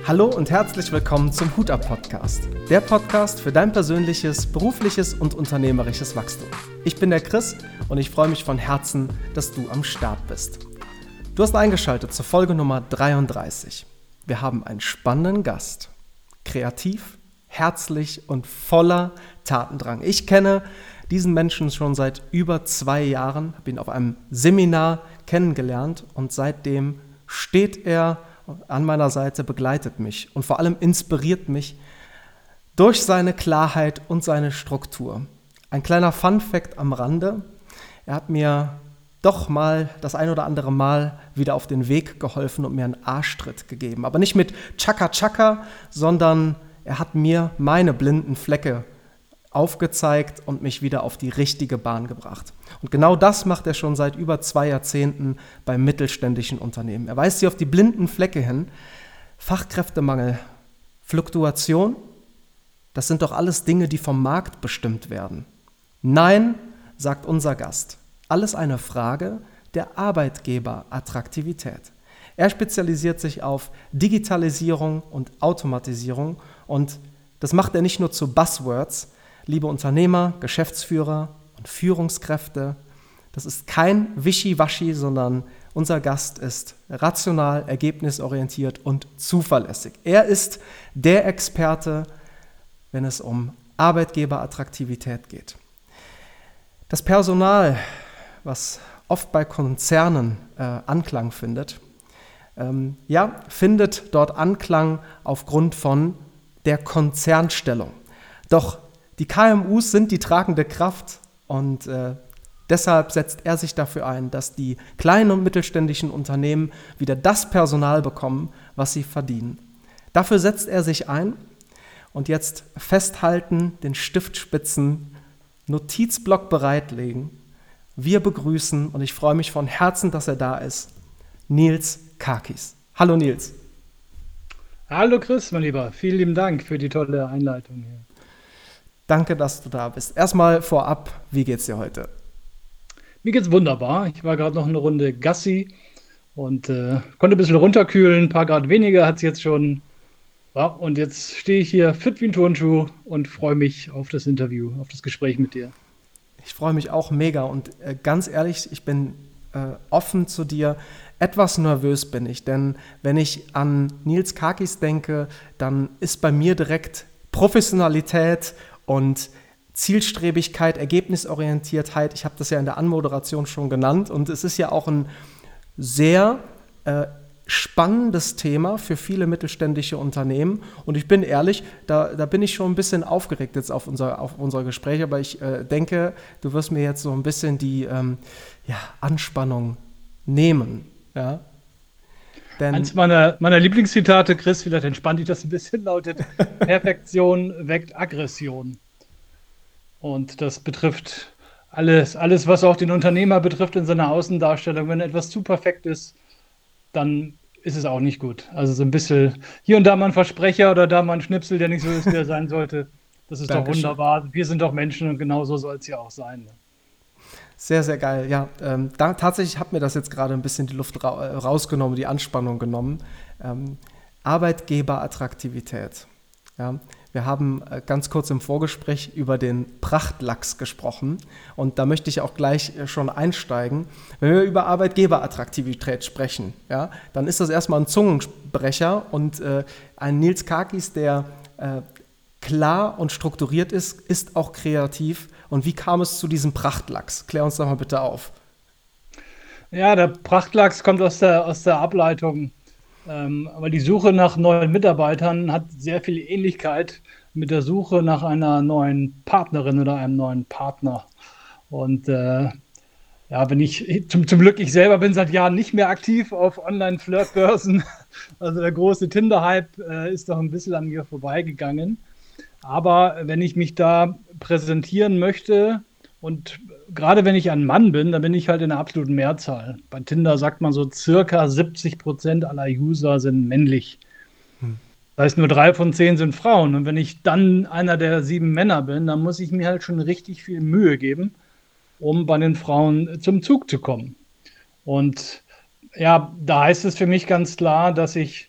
Hallo und herzlich willkommen zum Hut ab Podcast. Der Podcast für dein persönliches, berufliches und unternehmerisches Wachstum. Ich bin der Chris und ich freue mich von Herzen, dass du am Start bist. Du hast eingeschaltet zur Folge Nummer 33. Wir haben einen spannenden Gast. Kreativ, herzlich und voller Tatendrang. Ich kenne diesen Menschen schon seit über 2 Jahren, habe ihn auf einem Seminar kennengelernt und seitdem steht er an meiner Seite, begleitet mich und vor allem inspiriert mich durch seine Klarheit und seine Struktur. Ein kleiner Fun-Fact am Rande: Er hat mir doch mal das ein oder andere Mal wieder auf den Weg geholfen und mir einen Arschtritt gegeben. Aber nicht mit Chaka-Chaka, sondern er hat mir meine blinden Flecke aufgezeigt und mich wieder auf die richtige Bahn gebracht. Und genau das macht er schon seit über 2 Jahrzehnten bei mittelständischen Unternehmen. Er weist sie auf die blinden Flecke hin. Fachkräftemangel, Fluktuation, das sind doch alles Dinge, die vom Markt bestimmt werden. Nein, sagt unser Gast, alles eine Frage der Arbeitgeberattraktivität. Er spezialisiert sich auf Digitalisierung und Automatisierung und das macht er nicht nur zu Buzzwords. Liebe Unternehmer, Geschäftsführer und Führungskräfte, das ist kein Wischiwaschi, sondern unser Gast ist rational, ergebnisorientiert und zuverlässig. Er ist der Experte, wenn es um Arbeitgeberattraktivität geht. Das Personal, was oft bei Konzernen Anklang findet, findet dort Anklang aufgrund von der Konzernstellung. Doch die KMUs sind die tragende Kraft und deshalb setzt er sich dafür ein, dass die kleinen und mittelständischen Unternehmen wieder das Personal bekommen, was sie verdienen. Dafür setzt er sich ein und jetzt festhalten, den Stiftspitzen, Notizblock bereitlegen. Wir begrüßen und ich freue mich von Herzen, dass er da ist, Nils Kakis. Hallo Nils. Hallo Chris, mein Lieber. Vielen lieben Dank für die tolle Einleitung hier. Danke, dass du da bist. Erstmal vorab, wie geht's dir heute? Mir geht's wunderbar. Ich war gerade noch eine Runde Gassi und konnte ein bisschen runterkühlen. Ein paar Grad weniger hat es jetzt schon. Ja, und jetzt stehe ich hier fit wie ein Turnschuh und freue mich auf das Interview, auf das Gespräch mit dir. Ich freue mich auch mega und ganz ehrlich, ich bin offen zu dir. Etwas nervös bin ich, denn wenn ich an Nils Kakis denke, dann ist bei mir direkt Professionalität und Zielstrebigkeit, Ergebnisorientiertheit. Ich habe das ja in der Anmoderation schon genannt und es ist ja auch ein sehr spannendes Thema für viele mittelständische Unternehmen und ich bin ehrlich, da bin ich schon ein bisschen aufgeregt jetzt auf unser Gespräch, aber ich denke, du wirst mir jetzt so ein bisschen die Anspannung nehmen. Ja? Eins meiner Lieblingszitate, Chris, vielleicht entspannt dich das ein bisschen, lautet: Perfektion weckt Aggression. Und das betrifft alles, was auch den Unternehmer betrifft in seiner Außendarstellung. Wenn etwas zu perfekt ist, dann ist es auch nicht gut. Also so ein bisschen hier und da mal ein Versprecher oder da mal ein Schnipsel, der nicht so ist, wie er sein sollte. Das ist Dankeschön. Doch wunderbar. Wir sind doch Menschen und genau so soll es ja auch sein. Sehr, sehr geil. Ja, tatsächlich hat mir das jetzt gerade ein bisschen die Luft rausgenommen, die Anspannung genommen. Arbeitgeberattraktivität. Ja, wir haben ganz kurz im Vorgespräch über den Prachtlachs gesprochen und da möchte ich auch gleich schon einsteigen. Wenn wir über Arbeitgeberattraktivität sprechen, ja, dann ist das erstmal ein Zungenbrecher und ein Nils Kakis, der klar und strukturiert ist auch kreativ. Und wie kam es zu diesem Prachtlachs? Klär uns doch mal bitte auf. Ja, der Prachtlachs kommt aus der Ableitung, aber die Suche nach neuen Mitarbeitern hat sehr viel Ähnlichkeit mit der Suche nach einer neuen Partnerin oder einem neuen Partner. Und wenn ich zum Glück, ich selber bin seit Jahren nicht mehr aktiv auf Online-Flirtbörsen. Also der große Tinder-Hype ist doch ein bisschen an mir vorbeigegangen. Aber wenn ich mich da präsentieren möchte und gerade wenn ich ein Mann bin, dann bin ich halt in der absoluten Mehrzahl. Bei Tinder sagt man so circa 70% aller User sind männlich. Das heißt, nur 3 von 10 sind Frauen. Und wenn ich dann einer der 7 Männer bin, dann muss ich mir halt schon richtig viel Mühe geben, um bei den Frauen zum Zug zu kommen. Und ja, da heißt es für mich ganz klar, dass ich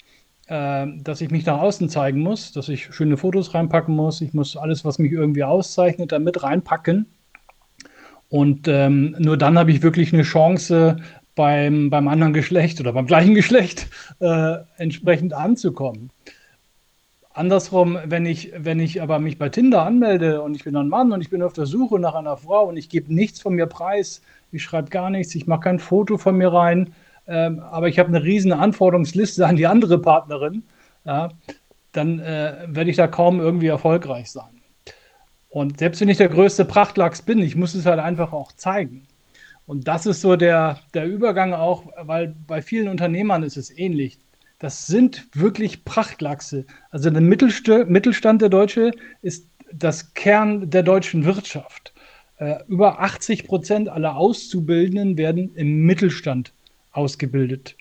dass ich mich nach außen zeigen muss, dass ich schöne Fotos reinpacken muss. Ich muss alles, was mich irgendwie auszeichnet, da mit reinpacken. Und nur dann habe ich wirklich eine Chance, beim anderen Geschlecht oder beim gleichen Geschlecht entsprechend anzukommen. Andersrum, wenn ich aber mich bei Tinder anmelde und ich bin ein Mann und ich bin auf der Suche nach einer Frau und ich gebe nichts von mir preis, ich schreibe gar nichts, ich mache kein Foto von mir rein, aber ich habe eine riesen Anforderungsliste an die andere Partnerin, ja, dann werde ich da kaum irgendwie erfolgreich sein. Und selbst wenn ich der größte Prachtlachs bin, ich muss es halt einfach auch zeigen. Und das ist so der Übergang auch, weil bei vielen Unternehmern ist es ähnlich. Das sind wirklich Prachtlachse. Also der Mittelstand der Deutsche ist das Kern der deutschen Wirtschaft. Über 80% aller Auszubildenden werden im Mittelstand ausgebildet.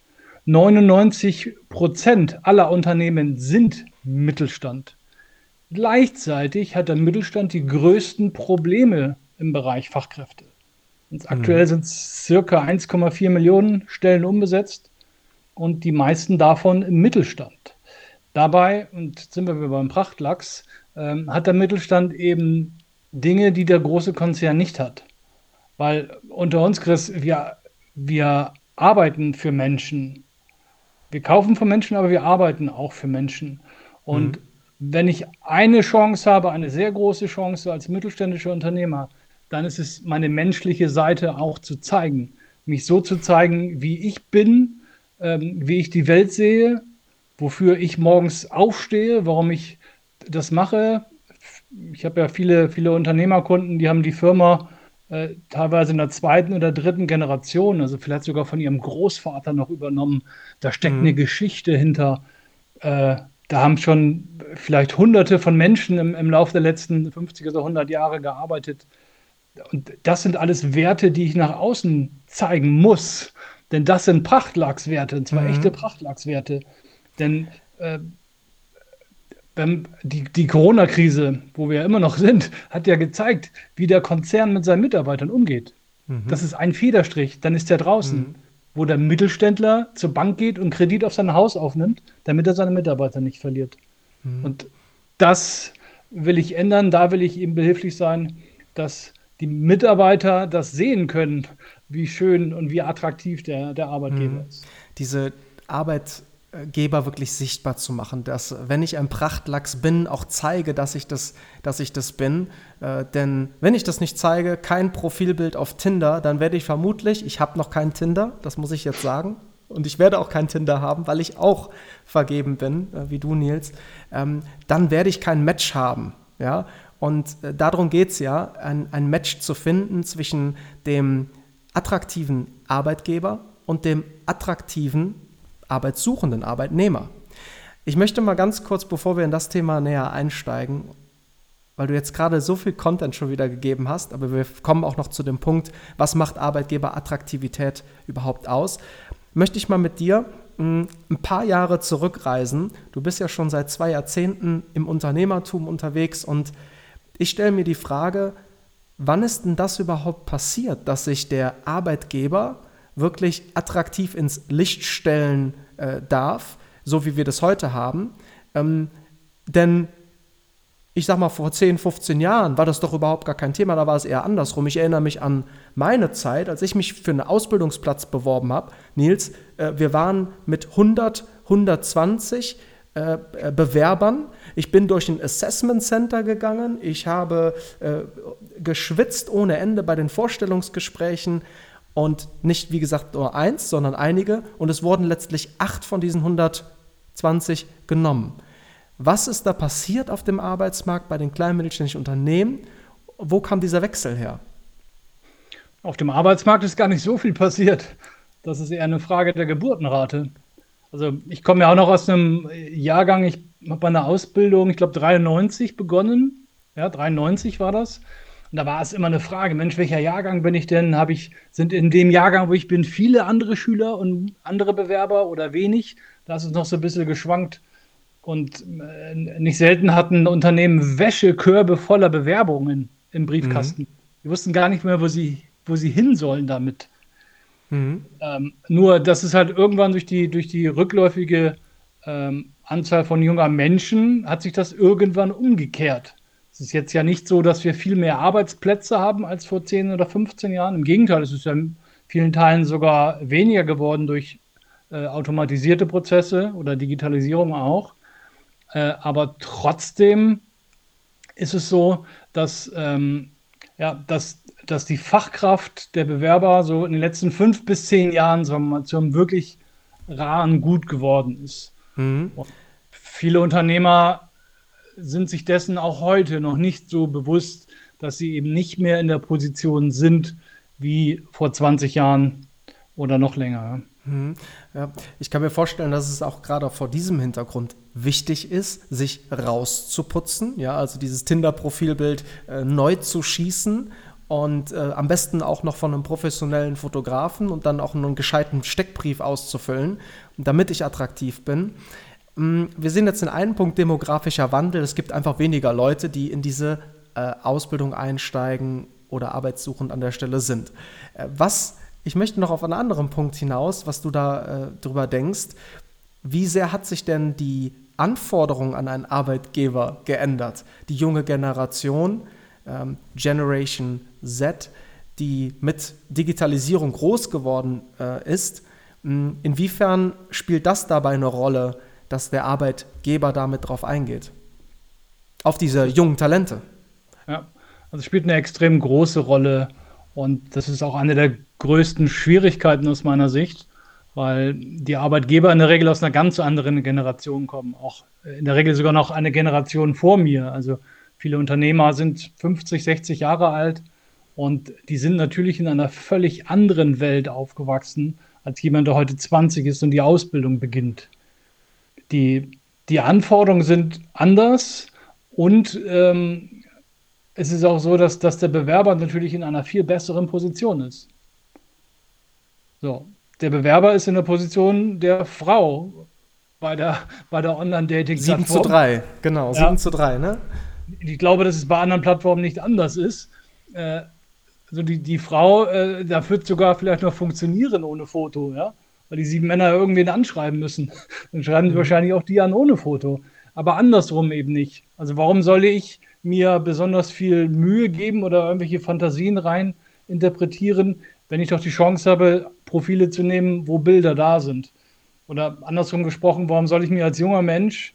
99% aller Unternehmen sind Mittelstand. Gleichzeitig hat der Mittelstand die größten Probleme im Bereich Fachkräfte. Und aktuell sind es circa 1,4 Millionen Stellen unbesetzt und die meisten davon im Mittelstand. Dabei, und jetzt sind wir wieder beim Prachtlachs, hat der Mittelstand eben Dinge, die der große Konzern nicht hat. Weil unter uns, Chris, wir arbeiten für Menschen. Wir kaufen von Menschen, aber wir arbeiten auch für Menschen. Und wenn ich eine Chance habe, eine sehr große Chance als mittelständischer Unternehmer, dann ist es meine menschliche Seite auch zu zeigen. Mich so zu zeigen, wie ich bin, wie ich die Welt sehe, wofür ich morgens aufstehe, warum ich das mache. Ich habe ja viele Unternehmerkunden, die haben die Firma teilweise in der zweiten oder dritten Generation, also vielleicht sogar von ihrem Großvater noch übernommen. Da steckt eine Geschichte hinter. Da haben schon vielleicht Hunderte von Menschen im Laufe der letzten 50 oder 100 Jahre gearbeitet. Und das sind alles Werte, die ich nach außen zeigen muss. Denn das sind Prachtlachswerte, und zwar echte Prachtlachswerte. Denn die Corona-Krise, wo wir ja immer noch sind, hat ja gezeigt, wie der Konzern mit seinen Mitarbeitern umgeht. Das ist ein Federstrich, dann ist er draußen, wo der Mittelständler zur Bank geht und Kredit auf sein Haus aufnimmt, damit er seine Mitarbeiter nicht verliert. Und das will ich ändern, da will ich ihm behilflich sein, dass die Mitarbeiter das sehen können, wie schön und wie attraktiv der Arbeitgeber ist. Diese Arbeitgeber wirklich sichtbar zu machen, dass, wenn ich ein Prachtlachs bin, auch zeige, dass ich das bin. Denn wenn ich das nicht zeige, kein Profilbild auf Tinder, dann werde ich vermutlich, ich habe noch kein Tinder, das muss ich jetzt sagen, und ich werde auch kein Tinder haben, weil ich auch vergeben bin, wie du, Nils, dann werde ich kein Match haben, ja. Und darum geht es ja, ein Match zu finden zwischen dem attraktiven Arbeitgeber und dem attraktiven arbeitssuchenden Arbeitnehmer. Ich möchte mal ganz kurz, bevor wir in das Thema näher einsteigen, weil du jetzt gerade so viel Content schon wieder gegeben hast, aber wir kommen auch noch zu dem Punkt, was macht Arbeitgeberattraktivität überhaupt aus, möchte ich mal mit dir ein paar Jahre zurückreisen. Du bist ja schon seit 2 Jahrzehnten im Unternehmertum unterwegs und ich stelle mir die Frage, wann ist denn das überhaupt passiert, dass sich der Arbeitgeber wirklich attraktiv ins Licht stellen darf, so wie wir das heute haben? Denn ich sag mal, vor 10, 15 Jahren war das doch überhaupt gar kein Thema, da war es eher andersrum. Ich erinnere mich an meine Zeit, als ich mich für einen Ausbildungsplatz beworben habe. Nils, wir waren mit 100, 120 Bewerbern. Ich bin durch ein Assessment Center gegangen. Ich habe geschwitzt ohne Ende bei den Vorstellungsgesprächen und nicht, wie gesagt, nur 1, sondern einige. Und es wurden letztlich 8 von diesen 120 genommen. Was ist da passiert auf dem Arbeitsmarkt bei den kleinen mittelständischen Unternehmen? Wo kam dieser Wechsel her? Auf dem Arbeitsmarkt ist gar nicht so viel passiert. Das ist eher eine Frage der Geburtenrate. Also ich komme ja auch noch aus einem Jahrgang, ich habe meine Ausbildung, ich glaube 93 begonnen. Ja, 93 war das. Und da war es immer eine Frage, Mensch, welcher Jahrgang bin ich denn? Sind in dem Jahrgang, wo ich bin, viele andere Schüler und andere Bewerber oder wenig? Da ist es noch so ein bisschen geschwankt. Und nicht selten hatten Unternehmen Wäschekörbe voller Bewerbungen im Briefkasten. Die wussten gar nicht mehr, wo sie hin sollen damit. Nur, das ist halt irgendwann durch die rückläufige Anzahl von junger Menschen hat sich das irgendwann umgekehrt. Es ist jetzt ja nicht so, dass wir viel mehr Arbeitsplätze haben als vor 10 oder 15 Jahren. Im Gegenteil, es ist ja in vielen Teilen sogar weniger geworden durch automatisierte Prozesse oder Digitalisierung auch. Aber trotzdem ist es so, dass die Fachkraft der Bewerber so in den letzten 5 bis 10 Jahren, sagen wir mal, zu einem wirklich raren Gut geworden ist. Mhm. Und viele Unternehmer sind sich dessen auch heute noch nicht so bewusst, dass sie eben nicht mehr in der Position sind wie vor 20 Jahren oder noch länger. Mhm. Ja, ich kann mir vorstellen, dass es auch gerade vor diesem Hintergrund wichtig ist, sich rauszuputzen, ja, also dieses Tinder-Profilbild neu zu schießen und am besten auch noch von einem professionellen Fotografen und dann auch einen gescheiten Steckbrief auszufüllen, damit ich attraktiv bin. Wir sehen jetzt den einen Punkt demografischer Wandel. Es gibt einfach weniger Leute, die in diese Ausbildung einsteigen oder arbeitssuchend an der Stelle sind. Ich möchte noch auf einen anderen Punkt hinaus, was du da drüber denkst. Wie sehr hat sich denn die Anforderung an einen Arbeitgeber geändert? Die junge Generation, Generation Z, die mit Digitalisierung groß geworden ist, inwiefern spielt das dabei eine Rolle, dass der Arbeitgeber damit drauf eingeht? Auf diese jungen Talente. Ja, also es spielt eine extrem große Rolle und das ist auch eine der größten Schwierigkeiten aus meiner Sicht, weil die Arbeitgeber in der Regel aus einer ganz anderen Generation kommen, auch in der Regel sogar noch eine Generation vor mir. Also viele Unternehmer sind 50, 60 Jahre alt und die sind natürlich in einer völlig anderen Welt aufgewachsen, als jemand, der heute 20 ist und die Ausbildung beginnt. Die Anforderungen sind anders und es ist auch so, dass der Bewerber natürlich in einer viel besseren Position ist. So, der Bewerber ist in der Position der Frau bei der Online-Dating-Plattform. 7:3, genau, Ja. 7:3, ne? Ich glaube, dass es bei anderen Plattformen nicht anders ist. Also die Frau, da wird sogar vielleicht noch funktionieren ohne Foto, ja? Weil die 7 Männer irgendwen anschreiben müssen. Dann schreiben sie wahrscheinlich auch die an ohne Foto. Aber andersrum eben nicht. Also warum soll ich mir besonders viel Mühe geben oder irgendwelche Fantasien rein interpretieren, wenn ich doch die Chance habe, Profile zu nehmen, wo Bilder da sind? Oder andersrum gesprochen, warum soll ich mir als junger Mensch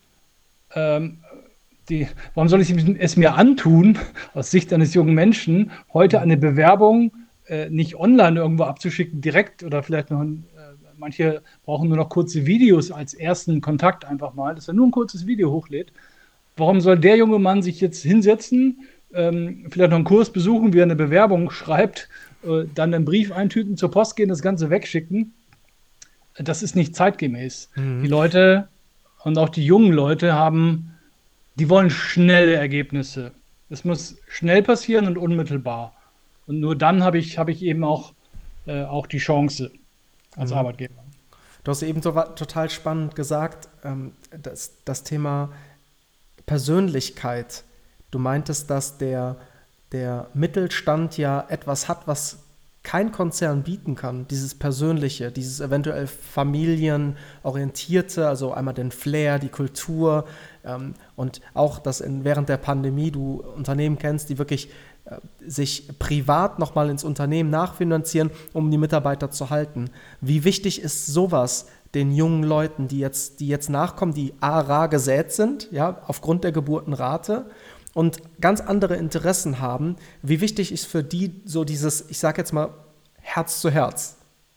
warum soll ich es mir antun, aus Sicht eines jungen Menschen, heute eine Bewerbung nicht online irgendwo abzuschicken, direkt oder vielleicht noch manche brauchen nur noch kurze Videos als ersten Kontakt einfach mal, dass er nur ein kurzes Video hochlädt. Warum soll der junge Mann sich jetzt hinsetzen, vielleicht noch einen Kurs besuchen, wie er eine Bewerbung schreibt, dann einen Brief eintüten, zur Post gehen, das Ganze wegschicken? Das ist nicht zeitgemäß. Die Leute und auch die jungen Leute die wollen schnelle Ergebnisse. Es muss schnell passieren und unmittelbar. Und nur dann habe ich eben auch die Chance als Arbeitgeber. Du hast eben total spannend gesagt, das Thema Persönlichkeit. Du meintest, dass der Mittelstand ja etwas hat, was kein Konzern bieten kann. Dieses Persönliche, dieses eventuell familienorientierte, also einmal den Flair, die Kultur und auch, dass während der Pandemie du Unternehmen kennst, die wirklich sich privat nochmal ins Unternehmen nachfinanzieren, um die Mitarbeiter zu halten. Wie wichtig ist sowas den jungen Leuten, die jetzt nachkommen, die rar gesät sind, ja, aufgrund der Geburtenrate und ganz andere Interessen haben, wie wichtig ist für die so dieses, ich sage jetzt mal, Herz zu Herz?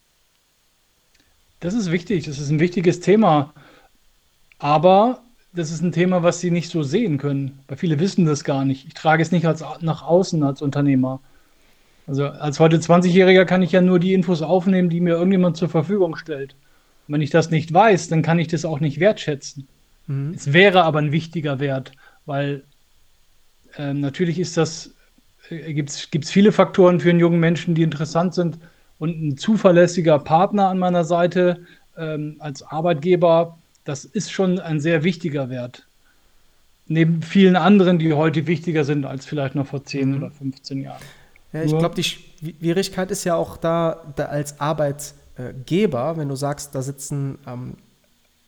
Das ist wichtig, das ist ein wichtiges Thema, aber das ist ein Thema, was sie nicht so sehen können, weil viele wissen das gar nicht. Ich trage es nicht nach außen als Unternehmer. Also als heute 20-Jähriger kann ich ja nur die Infos aufnehmen, die mir irgendjemand zur Verfügung stellt. Und wenn ich das nicht weiß, dann kann ich das auch nicht wertschätzen. Es wäre aber ein wichtiger Wert, weil natürlich gibt's viele Faktoren für einen jungen Menschen, die interessant sind und ein zuverlässiger Partner an meiner Seite als Arbeitgeber, das ist schon ein sehr wichtiger Wert. Neben vielen anderen, die heute wichtiger sind als vielleicht noch vor 10 oder 15 Jahren. Ja, ich glaube, die Schwierigkeit ist ja auch da als Arbeitgeber, wenn du sagst, da sitzen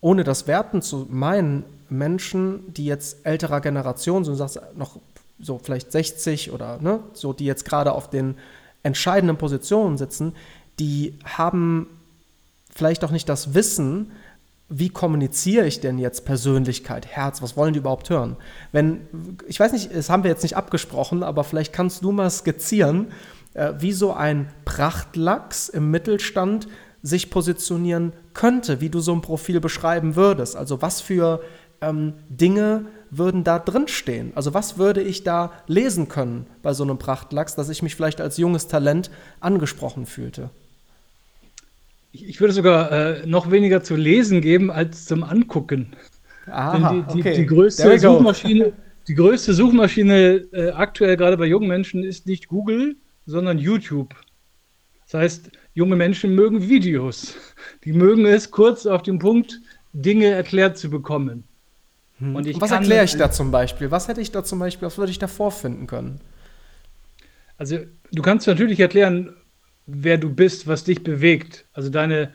ohne das werten zu meinen, Menschen, die jetzt älterer Generation, so du sagst noch so vielleicht 60 oder ne, so, die jetzt gerade auf den entscheidenden Positionen sitzen, die haben vielleicht auch nicht das Wissen, wie kommuniziere ich denn jetzt Persönlichkeit, Herz, was wollen die überhaupt hören? Ich weiß nicht, das haben wir jetzt nicht abgesprochen, aber vielleicht kannst du mal skizzieren, wie so ein Prachtlachs im Mittelstand sich positionieren könnte, wie du so ein Profil beschreiben würdest. Also was für Dinge würden da drin stehen? Also was würde ich da lesen können bei so einem Prachtlachs, dass ich mich vielleicht als junges Talent angesprochen fühlte? Ich würde sogar noch weniger zu lesen geben als zum Angucken. Aha, Denn okay. die größte Suchmaschine aktuell gerade bei jungen Menschen ist nicht Google, sondern YouTube. Das heißt, junge Menschen mögen Videos. Die mögen es, kurz auf den Punkt Dinge erklärt zu bekommen. Und was erkläre ich da zum Beispiel? Was würde ich da vorfinden können? Also du kannst natürlich erklären, wer du bist, was dich bewegt. Also deine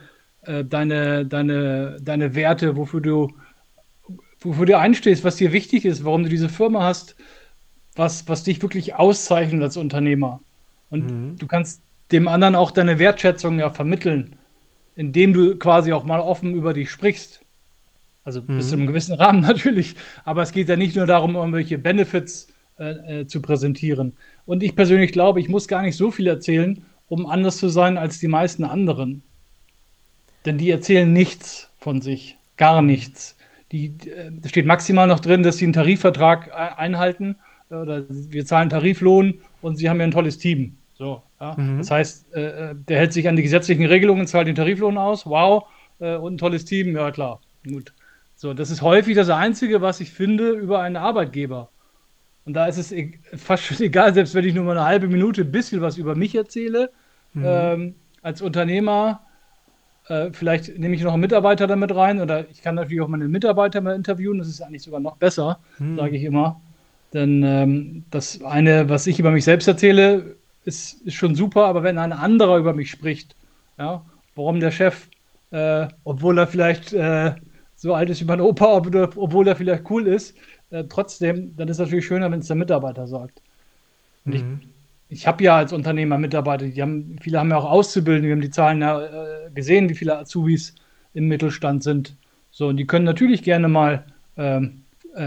Werte, wofür du einstehst, was dir wichtig ist, warum du diese Firma hast, was dich wirklich auszeichnet als Unternehmer. Und du kannst dem anderen auch deine Wertschätzung ja vermitteln, indem du quasi auch mal offen über dich sprichst. Also bis zu einem gewissen Rahmen natürlich, aber es geht ja nicht nur darum, irgendwelche Benefits zu präsentieren. Und ich persönlich glaube, ich muss gar nicht so viel erzählen, um anders zu sein als die meisten anderen. Denn die erzählen nichts von sich, gar nichts. Da steht maximal noch drin, dass sie einen Tarifvertrag einhalten oder wir zahlen Tariflohn und sie haben ja ein tolles Team. So, ja. Das heißt, der hält sich an die gesetzlichen Regelungen, zahlt den Tariflohn aus, wow, und ein tolles Team, ja klar, gut. So, das ist häufig das Einzige, was ich finde über einen Arbeitgeber. Und da ist es fast schon egal, selbst wenn ich nur mal eine halbe Minute ein bisschen was über mich erzähle, als Unternehmer, vielleicht nehme ich noch einen Mitarbeiter damit rein oder ich kann natürlich auch meine Mitarbeiter mal interviewen, das ist eigentlich sogar noch besser, sage ich immer. Denn das eine, was ich über mich selbst erzähle, ist schon super, aber wenn ein anderer über mich spricht, ja, warum der Chef, obwohl er vielleicht so alt ist wie mein Opa, obwohl er vielleicht cool ist, trotzdem, dann ist es natürlich schöner, wenn es der Mitarbeiter sagt. Und ich habe ja als Unternehmer Mitarbeiter, viele haben ja auch Auszubildende, wir haben die Zahlen ja gesehen, wie viele Azubis im Mittelstand sind. So, und die können natürlich gerne mal ein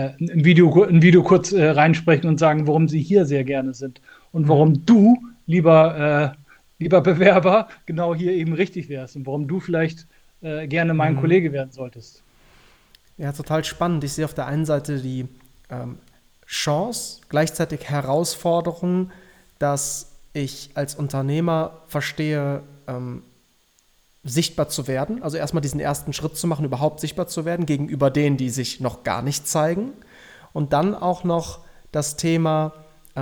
Video kurz reinsprechen und sagen, warum sie hier sehr gerne sind und warum du, lieber Bewerber, genau hier eben richtig wärst und warum du vielleicht gerne mein Kollege werden solltest. Ja, total spannend. Ich sehe auf der einen Seite die Chance, gleichzeitig Herausforderung, dass ich als Unternehmer verstehe, sichtbar zu werden. Also erstmal diesen ersten Schritt zu machen, überhaupt sichtbar zu werden gegenüber denen, die sich noch gar nicht zeigen. Und dann auch noch das Thema,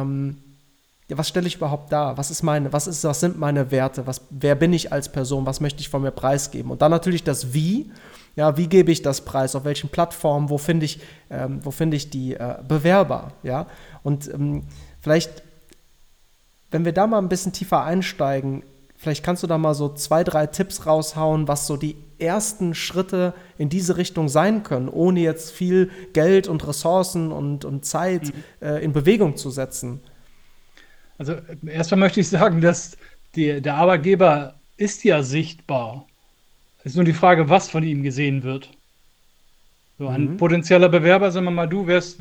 was stelle ich überhaupt dar? Was sind meine Werte? Wer bin ich als Person? Was möchte ich von mir preisgeben? Und dann natürlich das Wie. Ja, wie gebe ich das preis? Auf welchen Plattformen? Wo finde ich die Bewerber? Ja? Und vielleicht, wenn wir da mal ein bisschen tiefer einsteigen, vielleicht kannst du da mal so 2, 3 Tipps raushauen, was so die ersten Schritte in diese Richtung sein können, ohne jetzt viel Geld und Ressourcen und Zeit in Bewegung zu setzen. Also erstmal möchte ich sagen, dass der Arbeitgeber ist ja sichtbar. Es ist nur die Frage, was von ihm gesehen wird. So ein potenzieller Bewerber, sagen wir mal, du wärst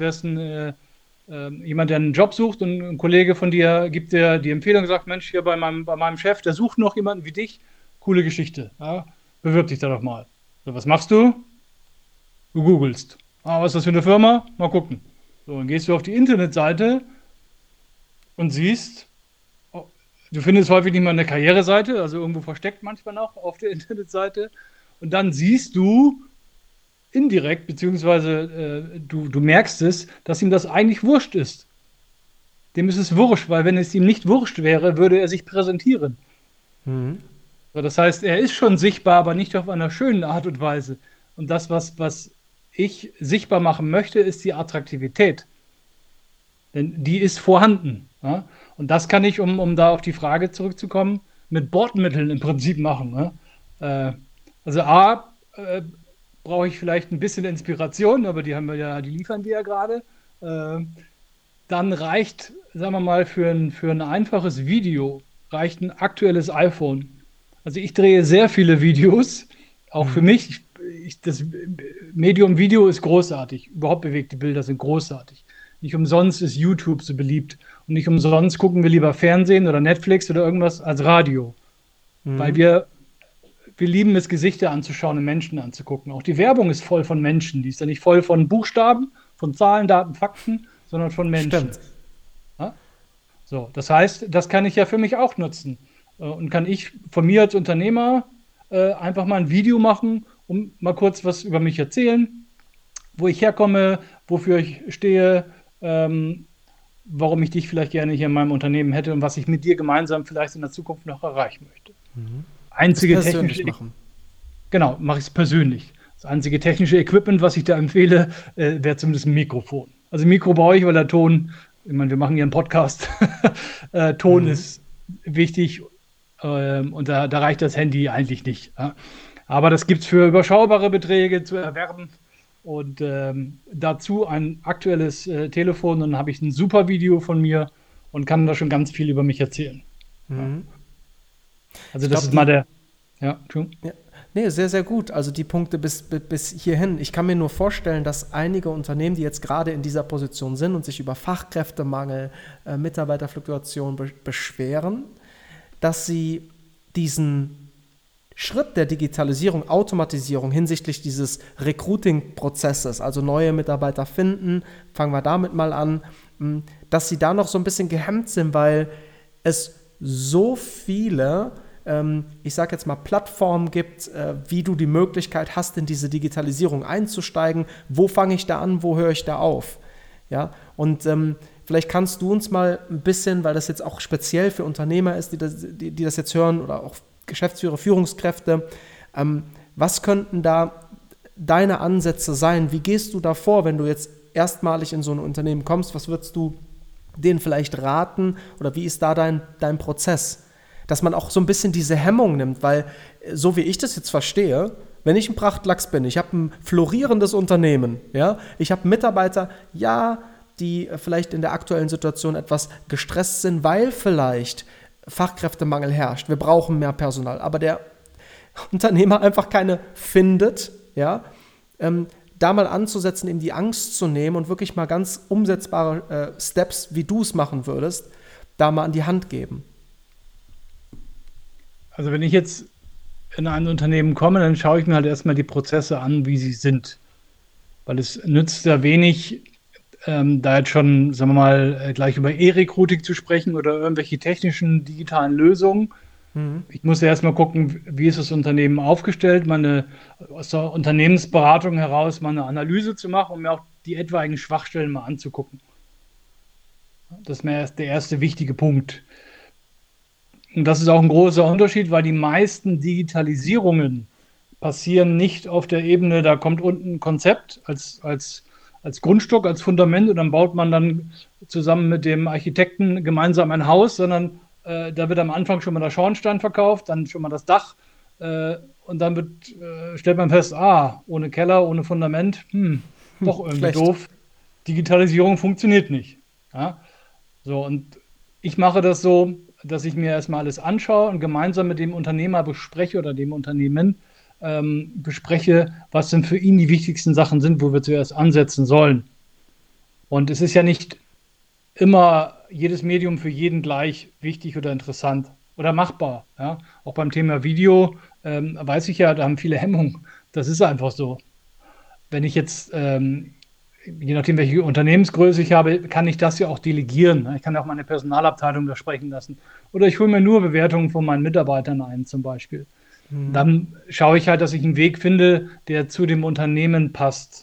jemand, der einen Job sucht und ein Kollege von dir gibt dir die Empfehlung, sagt, Mensch, hier bei meinem Chef, der sucht noch jemanden wie dich, coole Geschichte, ja? Bewirb dich da doch mal. So, was machst du? Du googelst. Was ist das für eine Firma? Mal gucken. So, dann gehst du auf die Internetseite und siehst, du findest häufig nicht mal eine Karriereseite, also irgendwo versteckt manchmal noch auf der Internetseite. Und dann siehst du indirekt, beziehungsweise du merkst es, dass ihm das eigentlich wurscht ist. Dem ist es wurscht, weil wenn es ihm nicht wurscht wäre, würde er sich präsentieren. So, das heißt, er ist schon sichtbar, aber nicht auf einer schönen Art und Weise. Und das, was ich sichtbar machen möchte, ist die Attraktivität. Denn die ist vorhanden. Ja? Und das kann ich, um da auf die Frage zurückzukommen, mit Bordmitteln im Prinzip machen. Ne? Also brauche ich vielleicht ein bisschen Inspiration, aber die liefern wir ja gerade. Dann reicht, sagen wir mal, für ein einfaches Video reicht ein aktuelles iPhone. Also ich drehe sehr viele Videos, auch für mich. Das Medium Video ist großartig. Überhaupt bewegte Bilder sind großartig. Nicht umsonst ist YouTube so beliebt. Und nicht umsonst gucken wir lieber Fernsehen oder Netflix oder irgendwas als Radio. Weil wir lieben es, Gesichter anzuschauen und Menschen anzugucken. Auch die Werbung ist voll von Menschen. Die ist ja nicht voll von Buchstaben, von Zahlen, Daten, Fakten, sondern von Menschen. Stimmt. Ja? So, das heißt, das kann ich ja für mich auch nutzen. Und kann ich von mir als Unternehmer einfach mal ein Video machen, um mal kurz was über mich erzählen, wo ich herkomme, wofür ich stehe, warum ich dich vielleicht gerne hier in meinem Unternehmen hätte und was ich mit dir gemeinsam vielleicht in der Zukunft noch erreichen möchte. Einzige das persönlich technische machen. Genau, mache ich es persönlich. Das einzige technische Equipment, was ich da empfehle, wäre zumindest ein Mikrofon. Also Mikro brauche ich, weil der Ton, ich meine, wir machen hier einen Podcast, Ton ist wichtig und da reicht das Handy eigentlich nicht. Ja. Aber das gibt es für überschaubare Beträge zu erwerben und dazu ein aktuelles Telefon und dann habe ich ein super Video von mir und kann da schon ganz viel über mich erzählen. Ja. Also das ist mal der... Ja, Entschuldigung. Ja. Nee, sehr, sehr gut. Also die Punkte bis hierhin. Ich kann mir nur vorstellen, dass einige Unternehmen, die jetzt gerade in dieser Position sind und sich über Fachkräftemangel, Mitarbeiterfluktuation beschweren, dass sie diesen Schritt der Digitalisierung, Automatisierung hinsichtlich dieses Recruiting-Prozesses, also neue Mitarbeiter finden, fangen wir damit mal an, dass sie da noch so ein bisschen gehemmt sind, weil es so viele, ich sage jetzt mal, Plattformen gibt, wie du die Möglichkeit hast, in diese Digitalisierung einzusteigen. Wo fange ich da an, wo höre ich da auf? Ja? Und vielleicht kannst du uns mal ein bisschen, weil das jetzt auch speziell für Unternehmer ist, die das jetzt hören oder auch Geschäftsführer, Führungskräfte, was könnten da deine Ansätze sein? Wie gehst du da vor, wenn du jetzt erstmalig in so ein Unternehmen kommst? Was würdest du denen vielleicht raten oder wie ist da dein Prozess? Dass man auch so ein bisschen diese Hemmung nimmt, weil so wie ich das jetzt verstehe, wenn ich ein Prachtlachs bin, ich habe ein florierendes Unternehmen, ja, ich habe Mitarbeiter, ja, die vielleicht in der aktuellen Situation etwas gestresst sind, weil vielleicht Fachkräftemangel herrscht, wir brauchen mehr Personal, aber der Unternehmer einfach keine findet, ja, da mal anzusetzen, ihm die Angst zu nehmen und wirklich mal ganz umsetzbare Steps, wie du es machen würdest, da mal an die Hand geben. Also wenn ich jetzt in ein Unternehmen komme, dann schaue ich mir halt erstmal die Prozesse an, wie sie sind. Weil es nützt ja wenig, da jetzt schon, sagen wir mal, gleich über E-Recruiting zu sprechen oder irgendwelche technischen digitalen Lösungen. Ich muss ja erstmal gucken, wie ist das Unternehmen aufgestellt, aus der Unternehmensberatung heraus mal eine Analyse zu machen, um mir auch die etwaigen Schwachstellen mal anzugucken. Das ist mir der erste wichtige Punkt. Und das ist auch ein großer Unterschied, weil die meisten Digitalisierungen passieren nicht auf der Ebene, da kommt unten ein Konzept als Grundstock, als Fundament und dann baut man dann zusammen mit dem Architekten gemeinsam ein Haus, sondern da wird am Anfang schon mal der Schornstein verkauft, dann schon mal das Dach und dann stellt man fest, ohne Keller, ohne Fundament, doch irgendwie schlecht. doof. Digitalisierung funktioniert nicht. Ja? So, und ich mache das so, dass ich mir erstmal alles anschaue und gemeinsam mit dem Unternehmer bespreche oder dem Unternehmen bespreche, was denn für ihn die wichtigsten Sachen sind, wo wir zuerst ansetzen sollen. Und es ist ja nicht immer jedes Medium für jeden gleich wichtig oder interessant oder machbar. Ja? Auch beim Thema Video weiß ich ja, da haben viele Hemmungen. Das ist einfach so. Wenn ich jetzt, je nachdem, welche Unternehmensgröße ich habe, kann ich das ja auch delegieren. Ich kann auch meine Personalabteilung da sprechen lassen. Oder ich hole mir nur Bewertungen von meinen Mitarbeitern ein, zum Beispiel. Dann schaue ich halt, dass ich einen Weg finde, der zu dem Unternehmen passt.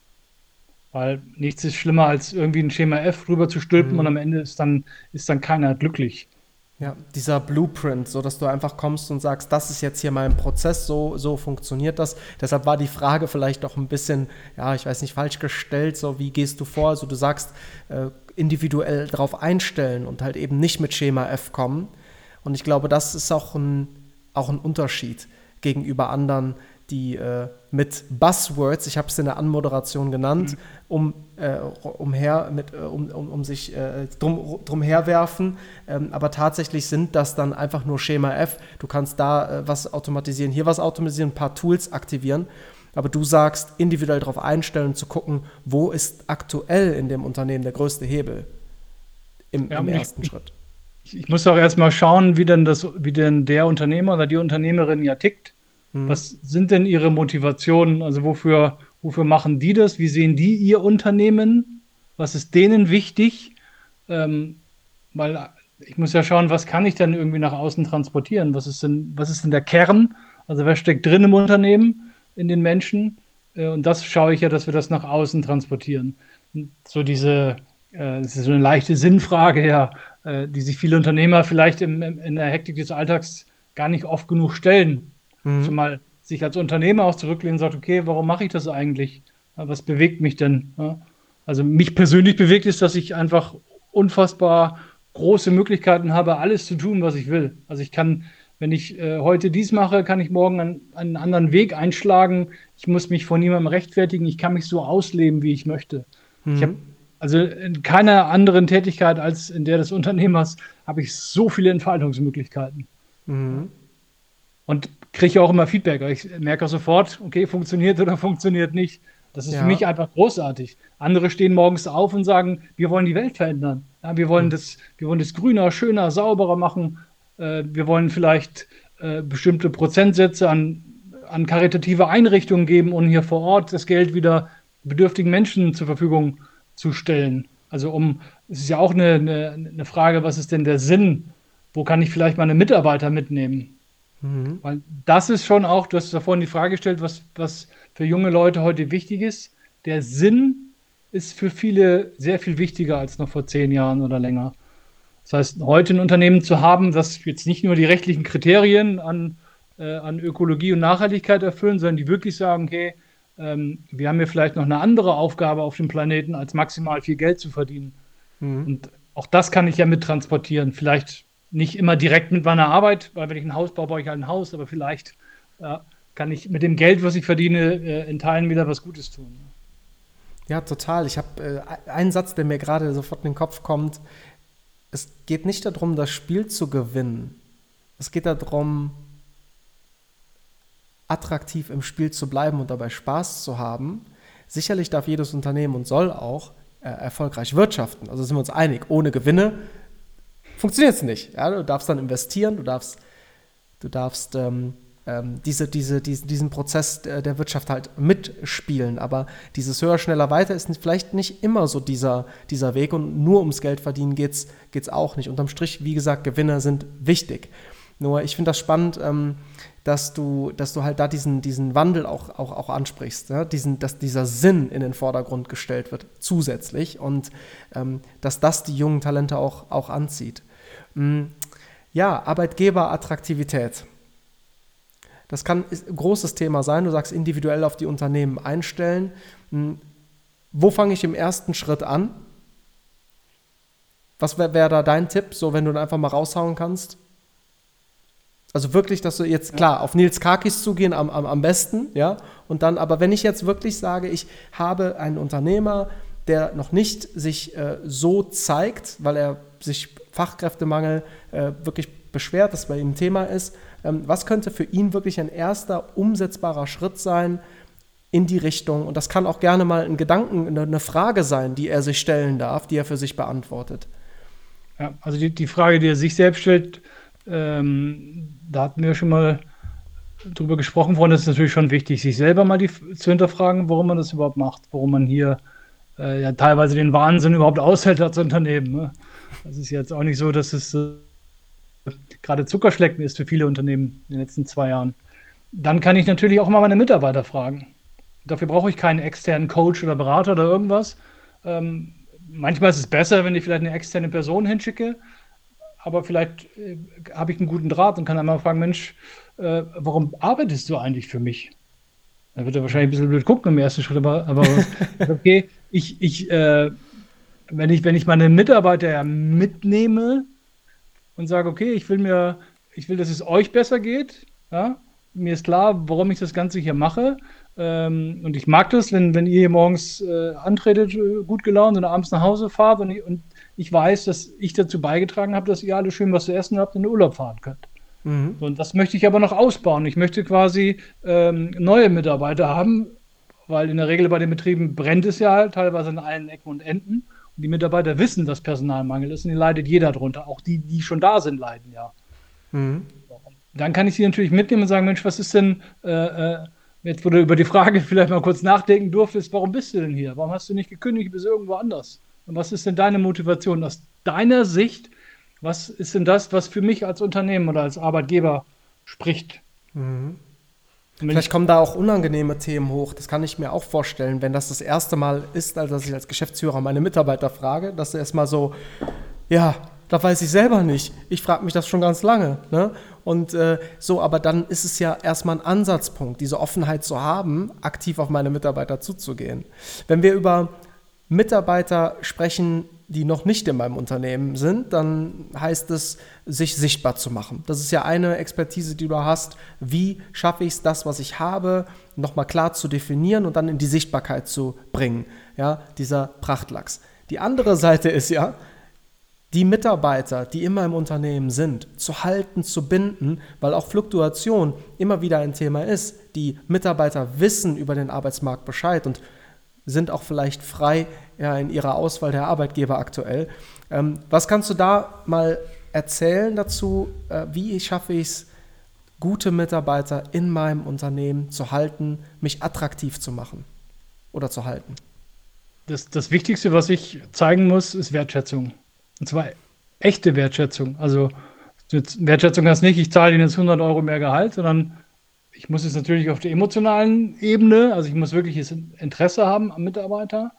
Weil nichts ist schlimmer, als irgendwie ein Schema F rüber zu stülpen und am Ende ist dann keiner glücklich. Ja, dieser Blueprint, so dass du einfach kommst und sagst, das ist jetzt hier mein Prozess, so funktioniert das. Deshalb war die Frage vielleicht auch ein bisschen, ja, ich weiß nicht, falsch gestellt, so wie gehst du vor? Also du sagst, individuell drauf einstellen und halt eben nicht mit Schema F kommen. Und ich glaube, das ist auch ein Unterschied gegenüber anderen, die mit Buzzwords, ich habe es in der Anmoderation genannt, sich drum herwerfen, aber tatsächlich sind das dann einfach nur Schema F. Du kannst da was automatisieren, hier was automatisieren, ein paar Tools aktivieren, aber du sagst, individuell darauf einstellen und zu gucken, wo ist aktuell in dem Unternehmen der größte Hebel im ersten Schritt. Ich muss auch erstmal schauen, wie denn der Unternehmer oder die Unternehmerin ja tickt. Was sind denn ihre Motivationen? Also wofür machen die das? Wie sehen die ihr Unternehmen? Was ist denen wichtig? Weil ich muss ja schauen, was kann ich dann irgendwie nach außen transportieren? Was ist denn der Kern? Also wer steckt drin im Unternehmen, in den Menschen? Und das schaue ich ja, dass wir das nach außen transportieren. Und so das ist so eine leichte Sinnfrage, ja, die sich viele Unternehmer vielleicht in der Hektik des Alltags gar nicht oft genug stellen. Zumal sich als Unternehmer auch zurücklehnen und sagt, okay, warum mache ich das eigentlich? Was bewegt mich denn? Also mich persönlich bewegt es, dass ich einfach unfassbar große Möglichkeiten habe, alles zu tun, was ich will. Also ich kann, wenn ich heute dies mache, kann ich morgen einen anderen Weg einschlagen. Ich muss mich vor niemandem rechtfertigen. Ich kann mich so ausleben, wie ich möchte. Ich habe also in keiner anderen Tätigkeit als in der des Unternehmers habe ich so viele Entfaltungsmöglichkeiten. Und kriege auch immer Feedback. Ich merke auch sofort, okay, funktioniert oder funktioniert nicht. Das ist für mich einfach großartig. Andere stehen morgens auf und sagen, wir wollen die Welt verändern. Ja, wir wollen das grüner, schöner, sauberer machen. Wir wollen vielleicht bestimmte Prozentsätze an karitative Einrichtungen geben und hier vor Ort das Geld wieder bedürftigen Menschen zur Verfügung zu stellen. Also es ist ja auch eine Frage, was ist denn der Sinn? Wo kann ich vielleicht meine Mitarbeiter mitnehmen? Weil das ist schon auch, du hast da vorhin die Frage gestellt, was für junge Leute heute wichtig ist. Der Sinn ist für viele sehr viel wichtiger als noch vor 10 Jahren oder länger. Das heißt, heute ein Unternehmen zu haben, das jetzt nicht nur die rechtlichen Kriterien an Ökologie und Nachhaltigkeit erfüllen, sondern die wirklich sagen, okay, wir haben hier vielleicht noch eine andere Aufgabe auf dem Planeten, als maximal viel Geld zu verdienen. Und auch das kann ich ja mit transportieren. Vielleicht nicht immer direkt mit meiner Arbeit, weil wenn ich ein Haus baue, baue ich halt ein Haus, aber vielleicht kann ich mit dem Geld, was ich verdiene, in Teilen wieder was Gutes tun. Ja, total. Ich habe einen Satz, der mir gerade sofort in den Kopf kommt. Es geht nicht darum, das Spiel zu gewinnen. Es geht darum, attraktiv im Spiel zu bleiben und dabei Spaß zu haben. Sicherlich darf jedes Unternehmen und soll auch erfolgreich wirtschaften. Also sind wir uns einig, ohne Gewinne funktioniert es nicht. Ja, du darfst dann investieren, du darfst diesen Prozess der Wirtschaft halt mitspielen, aber dieses höher, schneller, weiter ist vielleicht nicht immer so dieser Weg und nur ums Geld verdienen geht's auch nicht. Unterm Strich, wie gesagt, Gewinne sind wichtig. Nur ich finde das spannend, dass du halt da diesen Wandel auch ansprichst, ja? Dass dieser Sinn in den Vordergrund gestellt wird, zusätzlich, und dass das die jungen Talente auch anzieht. Ja, Arbeitgeberattraktivität. Das kann ein großes Thema sein. Du sagst, individuell auf die Unternehmen einstellen. Wo fange ich im ersten Schritt an? Was wäre da dein Tipp, so wenn du dann einfach mal raushauen kannst? Also wirklich, dass du jetzt, klar, auf Nils Kakis zugehen am besten, ja, und dann, aber wenn ich jetzt wirklich sage, ich habe einen Unternehmer, der noch nicht sich so zeigt, weil er sich Fachkräftemangel wirklich beschwert, dass bei ihm ein Thema ist, was könnte für ihn wirklich ein erster umsetzbarer Schritt sein in die Richtung, und das kann auch gerne mal ein Gedanken, eine Frage sein, die er sich stellen darf, die er für sich beantwortet. Ja, also die Frage, die er sich selbst stellt, da hatten wir schon mal drüber gesprochen worden, das ist natürlich schon wichtig, sich selber mal zu hinterfragen, warum man das überhaupt macht, warum man hier teilweise den Wahnsinn überhaupt aushält als Unternehmen. Ne? Das ist jetzt auch nicht so, dass es gerade Zuckerschlecken ist für viele Unternehmen in den letzten 2 Jahren. Dann kann ich natürlich auch mal meine Mitarbeiter fragen. Dafür brauche ich keinen externen Coach oder Berater oder irgendwas. Manchmal ist es besser, wenn ich vielleicht eine externe Person hinschicke, aber vielleicht habe ich einen guten Draht und kann einmal fragen, Mensch, warum arbeitest du eigentlich für mich? Dann wird er wahrscheinlich ein bisschen blöd gucken im ersten Schritt, aber okay, wenn ich meine Mitarbeiter ja mitnehme und sage, okay, ich will, dass es euch besser geht, ja? Mir ist klar, warum ich das Ganze hier mache, Und ich mag das, wenn ihr hier morgens antretet, gut gelaunt und abends nach Hause fahrt und ich weiß, dass ich dazu beigetragen habe, dass ihr alle schön was zu essen habt und in den Urlaub fahren könnt. Mhm. So, und das möchte ich aber noch ausbauen. Ich möchte quasi neue Mitarbeiter haben, weil in der Regel bei den Betrieben brennt es ja halt teilweise an allen Ecken und Enden. Und die Mitarbeiter wissen, dass Personalmangel ist und die leidet jeder drunter. Auch die schon da sind, leiden ja. Mhm. Dann kann ich sie natürlich mitnehmen und sagen, Mensch, was ist denn, jetzt wo du über die Frage vielleicht mal kurz nachdenken durftest, warum bist du denn hier? Warum hast du nicht gekündigt, bist irgendwo anders? Und was ist denn deine Motivation aus deiner Sicht? Was ist denn das, was für mich als Unternehmen oder als Arbeitgeber spricht? Mhm. Vielleicht kommen da auch unangenehme Themen hoch. Das kann ich mir auch vorstellen, wenn das erste Mal ist, also dass ich als Geschäftsführer meine Mitarbeiter frage, dass erstmal so, ja, da weiß ich selber nicht. Ich frage mich das schon ganz lange. Ne? Und aber dann ist es ja erstmal ein Ansatzpunkt, diese Offenheit zu haben, aktiv auf meine Mitarbeiter zuzugehen. Wenn wir über Mitarbeiter sprechen, die noch nicht in meinem Unternehmen sind, dann heißt es, sich sichtbar zu machen. Das ist ja eine Expertise, die du hast. Wie schaffe ich es, das, was ich habe, nochmal klar zu definieren und dann in die Sichtbarkeit zu bringen? Ja, dieser Prachtlachs. Die andere Seite ist ja, die Mitarbeiter, die immer im Unternehmen sind, zu halten, zu binden, weil auch Fluktuation immer wieder ein Thema ist. Die Mitarbeiter wissen über den Arbeitsmarkt Bescheid und sind auch vielleicht frei in ihrer Auswahl der Arbeitgeber aktuell. Was kannst du da mal erzählen dazu? Wie schaffe ich es, gute Mitarbeiter in meinem Unternehmen zu halten, mich attraktiv zu machen oder zu halten? Das Wichtigste, was ich zeigen muss, ist Wertschätzung. Und zwar echte Wertschätzung. Also Wertschätzung heißt nicht, ich zahle Ihnen jetzt 100 Euro mehr Gehalt, sondern ich muss es natürlich auf der emotionalen Ebene, also ich muss wirklich das Interesse haben am Mitarbeiter.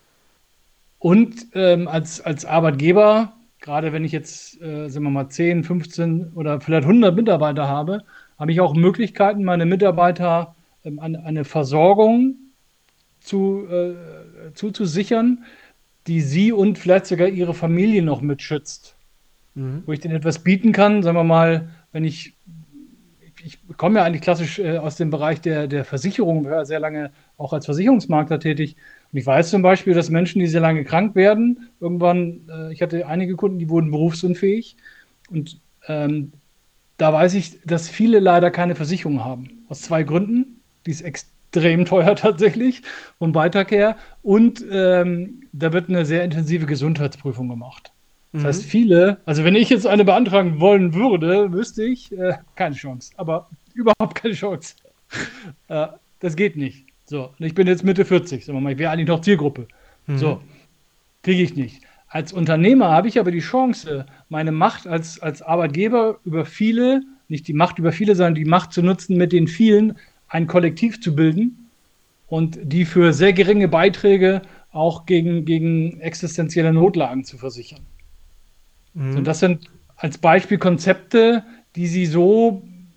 Und als Arbeitgeber, gerade wenn ich jetzt, sagen wir mal, 10, 15 oder vielleicht 100 Mitarbeiter habe ich auch Möglichkeiten, meine Mitarbeiter eine Versorgung zuzusichern, die sie und vielleicht sogar ihre Familie noch mitschützt. Mhm. Wo ich denen etwas bieten kann, sagen wir mal, wenn ich komme ja eigentlich klassisch aus dem Bereich der Versicherung, war sehr lange auch als Versicherungsmakler tätig. Und ich weiß zum Beispiel, dass Menschen, die sehr lange krank werden, irgendwann, ich hatte einige Kunden, die wurden berufsunfähig. Und da weiß ich, dass viele leider keine Versicherung haben. Aus 2 Gründen. Die ist extrem teuer tatsächlich vom Beitrag her. Und da wird eine sehr intensive Gesundheitsprüfung gemacht. Das heißt, viele, also wenn ich jetzt eine beantragen wollen würde, wüsste ich, keine Chance, aber überhaupt keine Chance. Das geht nicht. So, und ich bin jetzt Mitte 40, sagen wir mal, ich wäre eigentlich noch Zielgruppe. So, kriege ich nicht. Als Unternehmer habe ich aber die Chance, meine Macht als Arbeitgeber über viele, nicht die Macht über viele, sondern die Macht zu nutzen, mit den vielen ein Kollektiv zu bilden und die für sehr geringe Beiträge auch gegen existenzielle Notlagen zu versichern. Und das sind als Beispiel Konzepte, die sie so,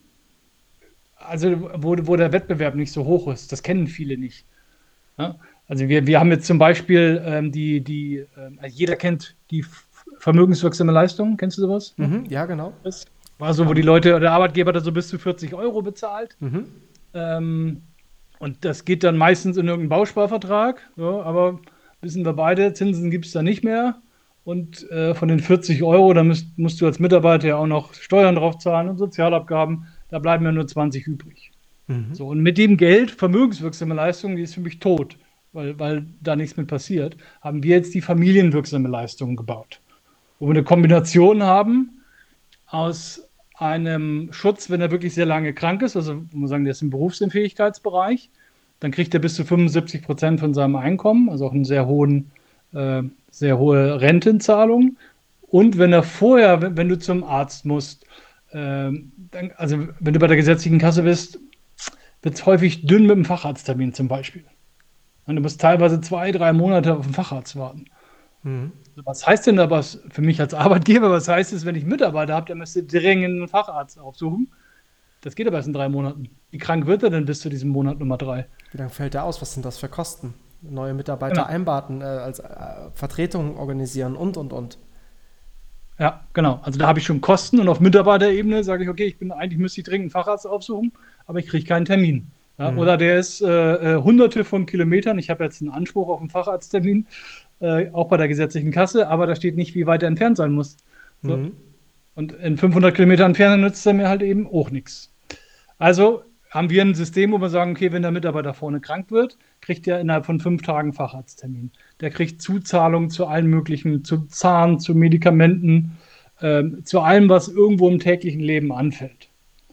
also wo der Wettbewerb nicht so hoch ist. Das kennen viele nicht. Ja? Also wir haben jetzt zum Beispiel also jeder kennt die vermögenswirksame Leistung. Kennst du sowas? Ja, genau. Das war so, wo die Leute, der Arbeitgeber da so bis zu 40 Euro bezahlt. Und das geht dann meistens in irgendeinen Bausparvertrag. So, aber wissen wir beide, Zinsen gibt es da nicht mehr. Und von den 40 Euro, da musst du als Mitarbeiter ja auch noch Steuern drauf zahlen und Sozialabgaben, da bleiben ja nur 20 übrig. So, und mit dem Geld, vermögenswirksame Leistung, die ist für mich tot, weil da nichts mit passiert, haben wir jetzt die familienwirksame Leistung gebaut. Wo wir eine Kombination haben aus einem Schutz, wenn er wirklich sehr lange krank ist, also wo wir sagen, der ist im Berufsunfähigkeitsbereich, dann kriegt er bis zu 75% von seinem Einkommen, also auch einen sehr hohe Rentenzahlung. Und wenn er vorher, wenn du zum Arzt musst, also wenn du bei der gesetzlichen Kasse bist, wird es häufig dünn mit dem Facharzttermin zum Beispiel. Und du musst teilweise 2-3 Monate auf den Facharzt warten. Was heißt denn aber für mich als Arbeitgeber, was heißt es, wenn ich Mitarbeiter habe, der müsste dringend einen Facharzt aufsuchen? Das geht aber erst in 3 Monaten. Wie krank wird er denn bis zu diesem Monat Nummer 3? Wie lange fällt der aus? Was sind das für Kosten? Neue Mitarbeiter einbaten, als Vertretung organisieren und. Ja, genau. Also da habe ich schon Kosten und auf Mitarbeiterebene sage ich, okay, eigentlich müsste ich dringend einen Facharzt aufsuchen, aber ich kriege keinen Termin. Ja, oder der ist hunderte von Kilometern. Ich habe jetzt einen Anspruch auf einen Facharzttermin, auch bei der gesetzlichen Kasse, aber da steht nicht, wie weit er entfernt sein muss. So. Mhm. Und in 500 Kilometer Entfernung nützt er mir halt eben auch nichts. Also haben wir ein System, wo wir sagen, okay, wenn der Mitarbeiter vorne krank wird, kriegt er innerhalb von 5 Tagen einen Facharzttermin. Der kriegt Zuzahlungen zu allen möglichen, zu Zahn, zu Medikamenten, zu allem, was irgendwo im täglichen Leben anfällt.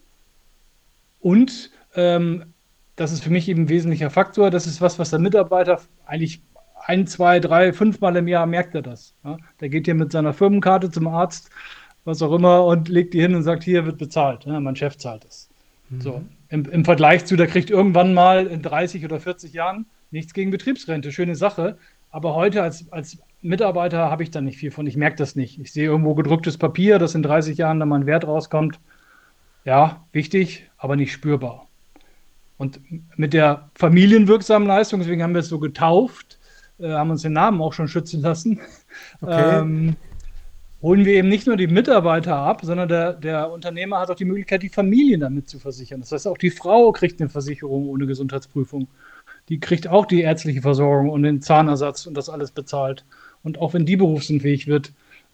Und das ist für mich eben ein wesentlicher Faktor. Das ist was der Mitarbeiter eigentlich 1, 2, 3, 5 Mal im Jahr merkt er das. Ja? Der geht hier mit seiner Firmenkarte zum Arzt, was auch immer, und legt die hin und sagt, hier wird bezahlt. Ja, mein Chef zahlt es. So. Im Vergleich zu, der kriegt irgendwann mal in 30 oder 40 Jahren nichts gegen Betriebsrente. Schöne Sache. Aber heute als Mitarbeiter habe ich da nicht viel von. Ich merke das nicht. Ich sehe irgendwo gedrucktes Papier, dass in 30 Jahren dann mal ein Wert rauskommt. Ja, wichtig, aber nicht spürbar. Und mit der familienwirksamen Leistung, deswegen haben wir es so getauft, haben uns den Namen auch schon schützen lassen, Okay. holen wir eben nicht nur die Mitarbeiter ab, sondern der Unternehmer hat auch die Möglichkeit, die Familien damit zu versichern. Das heißt, auch die Frau kriegt eine Versicherung ohne Gesundheitsprüfung. Die kriegt auch die ärztliche Versorgung und den Zahnersatz und das alles bezahlt. Und auch wenn die berufsunfähig wird,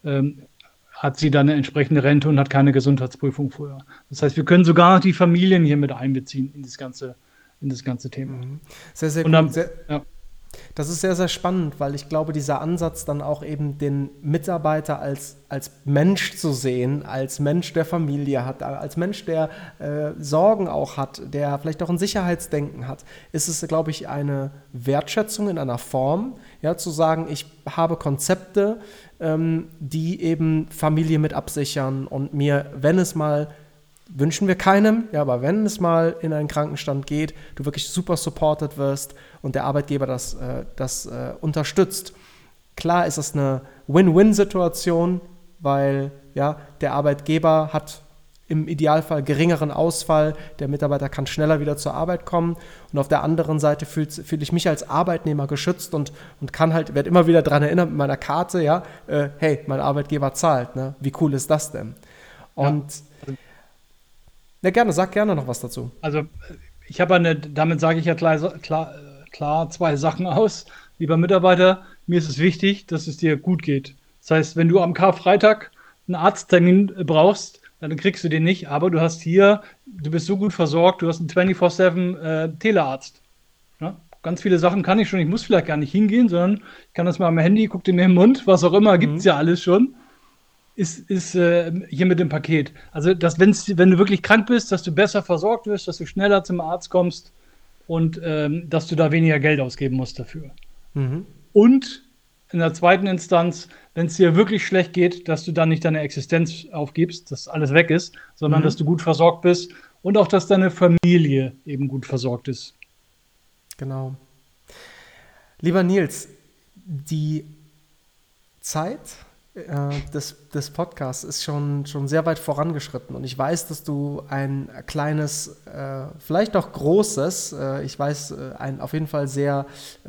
hat sie dann eine entsprechende Rente und hat keine Gesundheitsprüfung vorher. Das heißt, wir können sogar die Familien hier mit einbeziehen in das ganze Thema. Sehr, sehr Und gut. dann, Sehr, ja, das ist sehr, sehr spannend, weil ich glaube, dieser Ansatz dann auch eben den Mitarbeiter als Mensch zu sehen, als Mensch, der Familie hat, als Mensch, der Sorgen auch hat, der vielleicht auch ein Sicherheitsdenken hat, ist es, glaube ich, eine Wertschätzung in einer Form, ja, zu sagen, ich habe Konzepte, die eben Familie mit absichern und mir, wenn es mal wünschen wir keinem, ja, aber wenn es mal in einen Krankenstand geht, du wirklich super supported wirst und der Arbeitgeber das unterstützt. Klar ist es eine Win-Win-Situation, weil ja, der Arbeitgeber hat im Idealfall geringeren Ausfall, der Mitarbeiter kann schneller wieder zur Arbeit kommen und auf der anderen Seite fühle ich mich als Arbeitnehmer geschützt und kann halt, werde immer wieder daran erinnert mit meiner Karte, ja, hey, mein Arbeitgeber zahlt, ne? Wie cool ist das denn? Und ja, gerne, sag gerne noch was dazu. also ich habe damit sage ich ja klar 2 Sachen aus. Lieber Mitarbeiter, mir ist es wichtig, dass es dir gut geht. Das heißt, wenn du am Karfreitag einen Arzttermin brauchst, dann kriegst du den nicht, aber du bist so gut versorgt, du hast einen 24/7 Telearzt. Ja? Ganz viele Sachen kann ich schon, ich muss vielleicht gar nicht hingehen, sondern ich kann das mal am Handy, guck dir mir im Mund, was auch immer, gibt es ja alles schon. Ist hier mit dem Paket. Also, wenn du wirklich krank bist, dass du besser versorgt wirst, dass du schneller zum Arzt kommst und dass du da weniger Geld ausgeben musst dafür. Mhm. Und in der zweiten Instanz, wenn es dir wirklich schlecht geht, dass du dann nicht deine Existenz aufgibst, dass alles weg ist, sondern dass du gut versorgt bist und auch, dass deine Familie eben gut versorgt ist. Genau. Lieber Nils, die Zeit des Podcasts ist schon sehr weit vorangeschritten und ich weiß, dass du ein kleines, vielleicht auch großes, ich weiß, ein auf jeden Fall sehr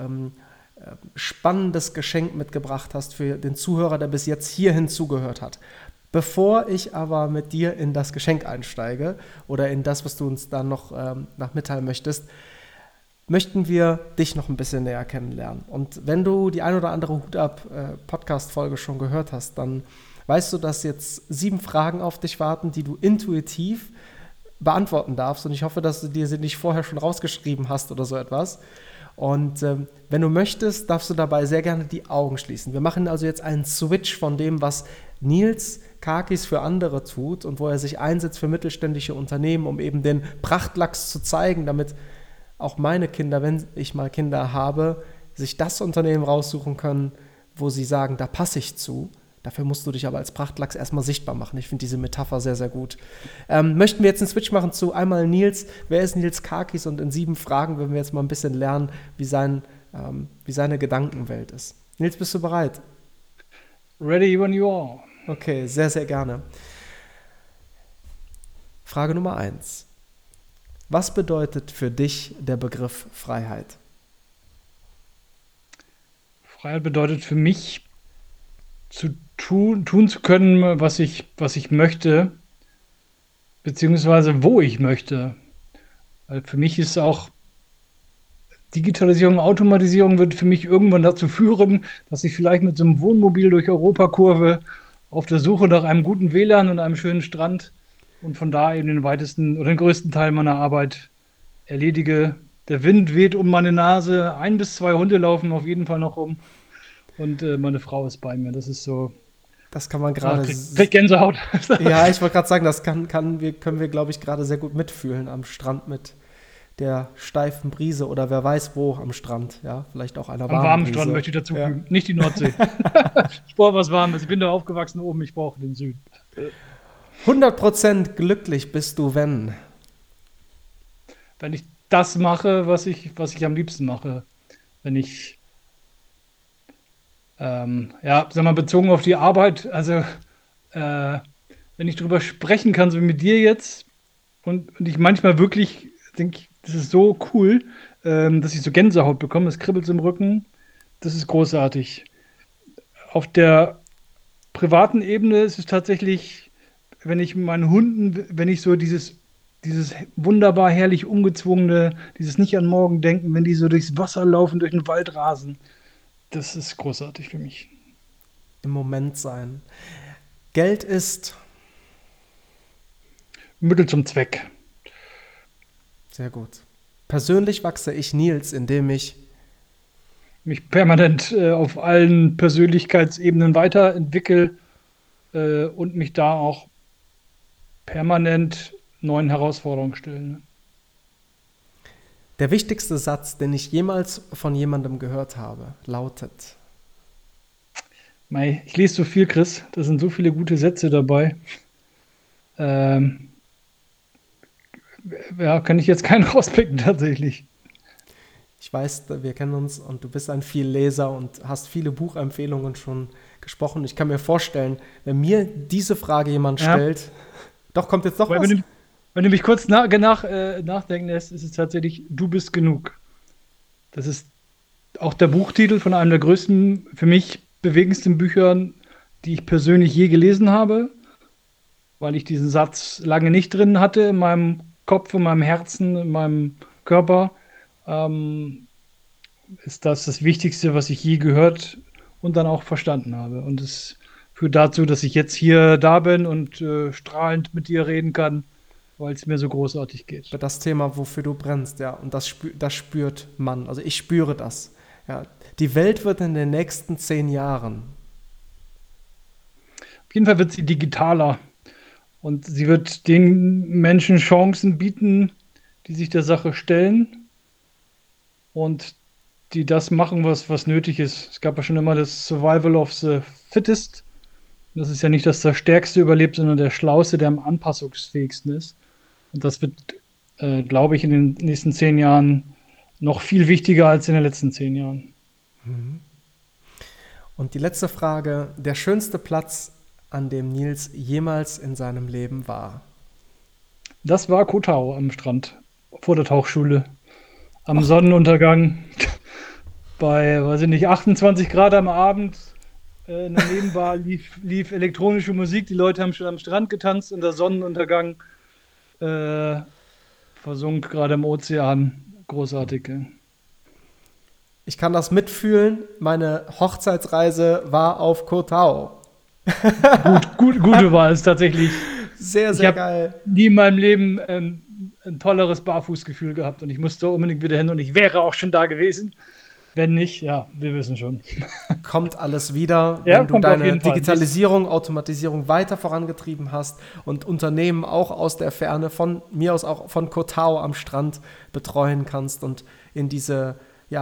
spannendes Geschenk mitgebracht hast für den Zuhörer, der bis jetzt hierhin zugehört hat. Bevor ich aber mit dir in das Geschenk einsteige oder in das, was du uns dann noch mitteilen möchtest, möchten wir dich noch ein bisschen näher kennenlernen. Und wenn du die ein oder andere Hut-Ab-Podcast-Folge schon gehört hast, dann weißt du, dass jetzt 7 Fragen auf dich warten, die du intuitiv beantworten darfst. Und ich hoffe, dass du dir sie nicht vorher schon rausgeschrieben hast oder so etwas. Und wenn du möchtest, darfst du dabei sehr gerne die Augen schließen. Wir machen also jetzt einen Switch von dem, was Nils Kakis für andere tut und wo er sich einsetzt für mittelständische Unternehmen, um eben den Prachtlachs zu zeigen, damit auch meine Kinder, wenn ich mal Kinder habe, sich das Unternehmen raussuchen können, wo sie sagen, da passe ich zu. Dafür musst du dich aber als Prachtlachs erstmal sichtbar machen. Ich finde diese Metapher sehr, sehr gut. Möchten wir jetzt einen Switch machen zu einmal Nils. Wer ist Nils Kakis? Und in 7 Fragen werden wir jetzt mal ein bisschen lernen, wie seine Gedankenwelt ist. Nils, bist du bereit? Ready when you are. Okay, sehr, sehr gerne. Frage Nummer 1. Was bedeutet für dich der Begriff Freiheit? Freiheit bedeutet für mich, tun zu können, was ich möchte, beziehungsweise wo ich möchte. Weil für mich ist auch Digitalisierung, Automatisierung wird für mich irgendwann dazu führen, dass ich vielleicht mit so einem Wohnmobil durch Europa kurve, auf der Suche nach einem guten WLAN und einem schönen Strand und von da eben den weitesten oder den größten Teil meiner Arbeit erledige. Der Wind weht um meine Nase, 1 bis 2 Hunde laufen auf jeden Fall noch rum und meine Frau ist bei mir. Das ist so. Das kann man gerade. Krieg Gänsehaut. Ja, ich wollte gerade sagen, das können wir, glaube ich, gerade sehr gut mitfühlen am Strand mit der steifen Brise oder wer weiß wo am Strand. Ja, vielleicht auch einer warmen Strand möchte ich dazu fügen, nicht die Nordsee. Ich brauche was Warmes. Ich bin da aufgewachsen oben, ich brauche den Süden. 100% glücklich bist du, wenn ich das mache, was ich am liebsten mache. Wenn ich sag mal, bezogen auf die Arbeit, also wenn ich drüber sprechen kann, so wie mit dir jetzt, und ich manchmal wirklich denke, das ist so cool, dass ich so Gänsehaut bekomme, es kribbelt im Rücken, das ist großartig. Auf der privaten Ebene ist es tatsächlich, wenn ich mit meinen Hunden, wenn ich so dieses wunderbar herrlich ungezwungene, dieses nicht an morgen denken, wenn die so durchs Wasser laufen, durch den Wald rasen, das ist großartig für mich. Im Moment sein. Geld ist Mittel zum Zweck. Sehr gut. Persönlich wachse ich, Nils, indem ich mich permanent auf allen Persönlichkeitsebenen weiterentwickle und mich da auch permanent neuen Herausforderungen stelle. Ne? Der wichtigste Satz, den ich jemals von jemandem gehört habe, lautet: Ich lese so viel, Chris. Da sind so viele gute Sätze dabei. Kann ich jetzt keinen rauspicken, tatsächlich. Ich weiß, wir kennen uns und du bist ein Vielleser und hast viele Buchempfehlungen schon gesprochen. Ich kann mir vorstellen, wenn mir diese Frage jemand stellt, doch, kommt jetzt doch was. Wenn du mich kurz nachdenken lässt, ist es tatsächlich "Du bist genug". Das ist auch der Buchtitel von einem der größten, für mich bewegendsten Büchern, die ich persönlich je gelesen habe, weil ich diesen Satz lange nicht drin hatte in meinem Kopf, in meinem Herzen, in meinem Körper. Ist das Wichtigste, was ich je gehört und dann auch verstanden habe. Und es führt dazu, dass ich jetzt hier da bin und strahlend mit dir reden kann, weil es mir so großartig geht. Das Thema, wofür du brennst, ja, und das spürt man. Also ich spüre das. Ja. Die Welt wird in den nächsten 10 Jahren. Auf jeden Fall wird sie digitaler. Und sie wird den Menschen Chancen bieten, die sich der Sache stellen und die das machen, was nötig ist. Es gab ja schon immer das Survival of the Fittest. Das ist ja nicht, dass der Stärkste überlebt, sondern der Schlauste, der am anpassungsfähigsten ist. Und das wird, glaube ich, in den nächsten 10 Jahren noch viel wichtiger als in den letzten 10 Jahren. Und die letzte Frage: Der schönste Platz, an dem Nils jemals in seinem Leben war? Das war Koh Tao am Strand, vor der Tauchschule. Am Sonnenuntergang, bei, 28 Grad am Abend. In der Nebenbar lief elektronische Musik, die Leute haben schon am Strand getanzt und der Sonnenuntergang versunken gerade im Ozean. Großartig. Ja. Ich kann das mitfühlen. Meine Hochzeitsreise war auf Koh Tao. Gute Wahl ist tatsächlich. Sehr, sehr geil. Ich habe nie in meinem Leben ein tolleres Barfußgefühl gehabt und ich musste unbedingt wieder hin und ich wäre auch schon da gewesen. Wenn nicht, ja, wir wissen schon. Kommt alles wieder, ja, wenn du deine Digitalisierung, Automatisierung weiter vorangetrieben hast und Unternehmen auch aus der Ferne, von mir aus auch von Koh Tao am Strand betreuen kannst und in diese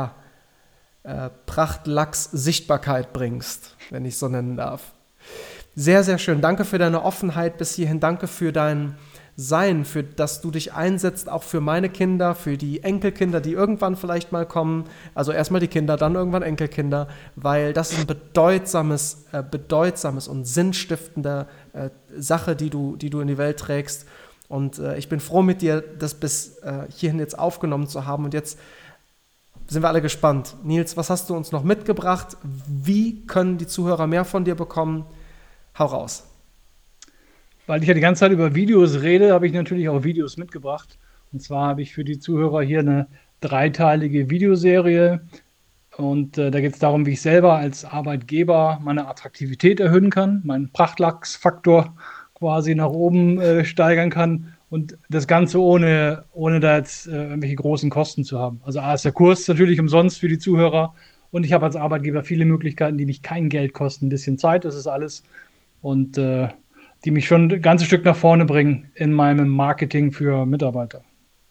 Prachtlachs-Sichtbarkeit bringst, wenn ich es so nennen darf. Sehr, sehr schön. Danke für deine Offenheit bis hierhin. Danke für dein Sein, für dass du dich einsetzt, auch für meine Kinder, für die Enkelkinder, die irgendwann vielleicht mal kommen. Also erstmal die Kinder, dann irgendwann Enkelkinder, weil das ist eine bedeutsames und sinnstiftende Sache, die du in die Welt trägst. Und ich bin froh mit dir, das bis hierhin jetzt aufgenommen zu haben. Und jetzt sind wir alle gespannt. Nils, was hast du uns noch mitgebracht? Wie können die Zuhörer mehr von dir bekommen? Hau raus. Weil ich ja die ganze Zeit über Videos rede, habe ich natürlich auch Videos mitgebracht. Und zwar habe ich für die Zuhörer hier eine dreiteilige Videoserie. Und da geht es darum, wie ich selber als Arbeitgeber meine Attraktivität erhöhen kann, meinen Prachtlachsfaktor quasi nach oben steigern kann und das Ganze ohne da jetzt irgendwelche großen Kosten zu haben. Also A ist der Kurs natürlich umsonst für die Zuhörer und ich habe als Arbeitgeber viele Möglichkeiten, die mich kein Geld kosten, ein bisschen Zeit, das ist alles und die mich schon ein ganzes Stück nach vorne bringen in meinem Marketing für Mitarbeiter.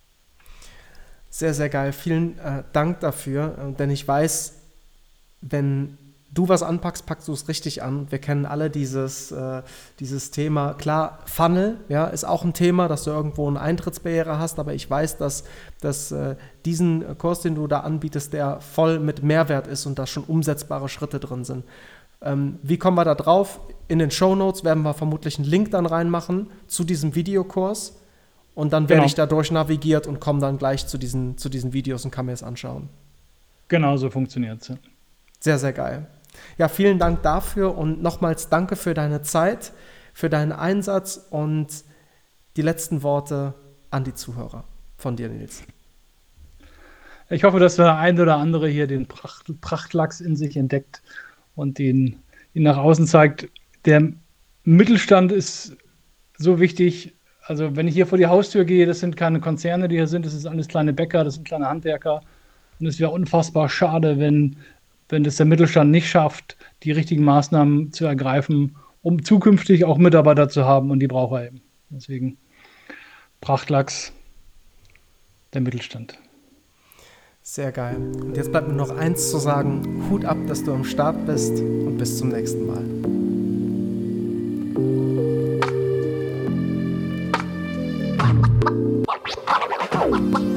Sehr, sehr geil. Vielen Dank dafür, denn ich weiß, wenn du was anpackst, packst du es richtig an. Wir kennen alle dieses Thema. Klar, Funnel, ja, ist auch ein Thema, dass du irgendwo eine Eintrittsbarriere hast, aber ich weiß, dass diesen Kurs, den du da anbietest, der voll mit Mehrwert ist und da schon umsetzbare Schritte drin sind. Wie kommen wir da drauf? In den Shownotes werden wir vermutlich einen Link dann reinmachen zu diesem Videokurs und dann werde ich da durchnavigiert und komme dann gleich zu diesen Videos und kann mir das anschauen. Genau so funktioniert es. Sehr, sehr geil. Ja, vielen Dank dafür und nochmals danke für deine Zeit, für deinen Einsatz und die letzten Worte an die Zuhörer von dir, Nils. Ich hoffe, dass der ein oder andere hier den Prachtlachs in sich entdeckt und ihn nach außen zeigt. Der Mittelstand ist so wichtig. Also wenn ich hier vor die Haustür gehe, das sind keine Konzerne, die hier sind, das ist alles kleine Bäcker, das sind kleine Handwerker. Und es wäre unfassbar schade, wenn das der Mittelstand nicht schafft, die richtigen Maßnahmen zu ergreifen, um zukünftig auch Mitarbeiter zu haben und die braucht er eben. Deswegen Prachtlachs, der Mittelstand. Sehr geil. Und jetzt bleibt mir noch eins zu sagen. Hut ab, dass du am Start bist und bis zum nächsten Mal.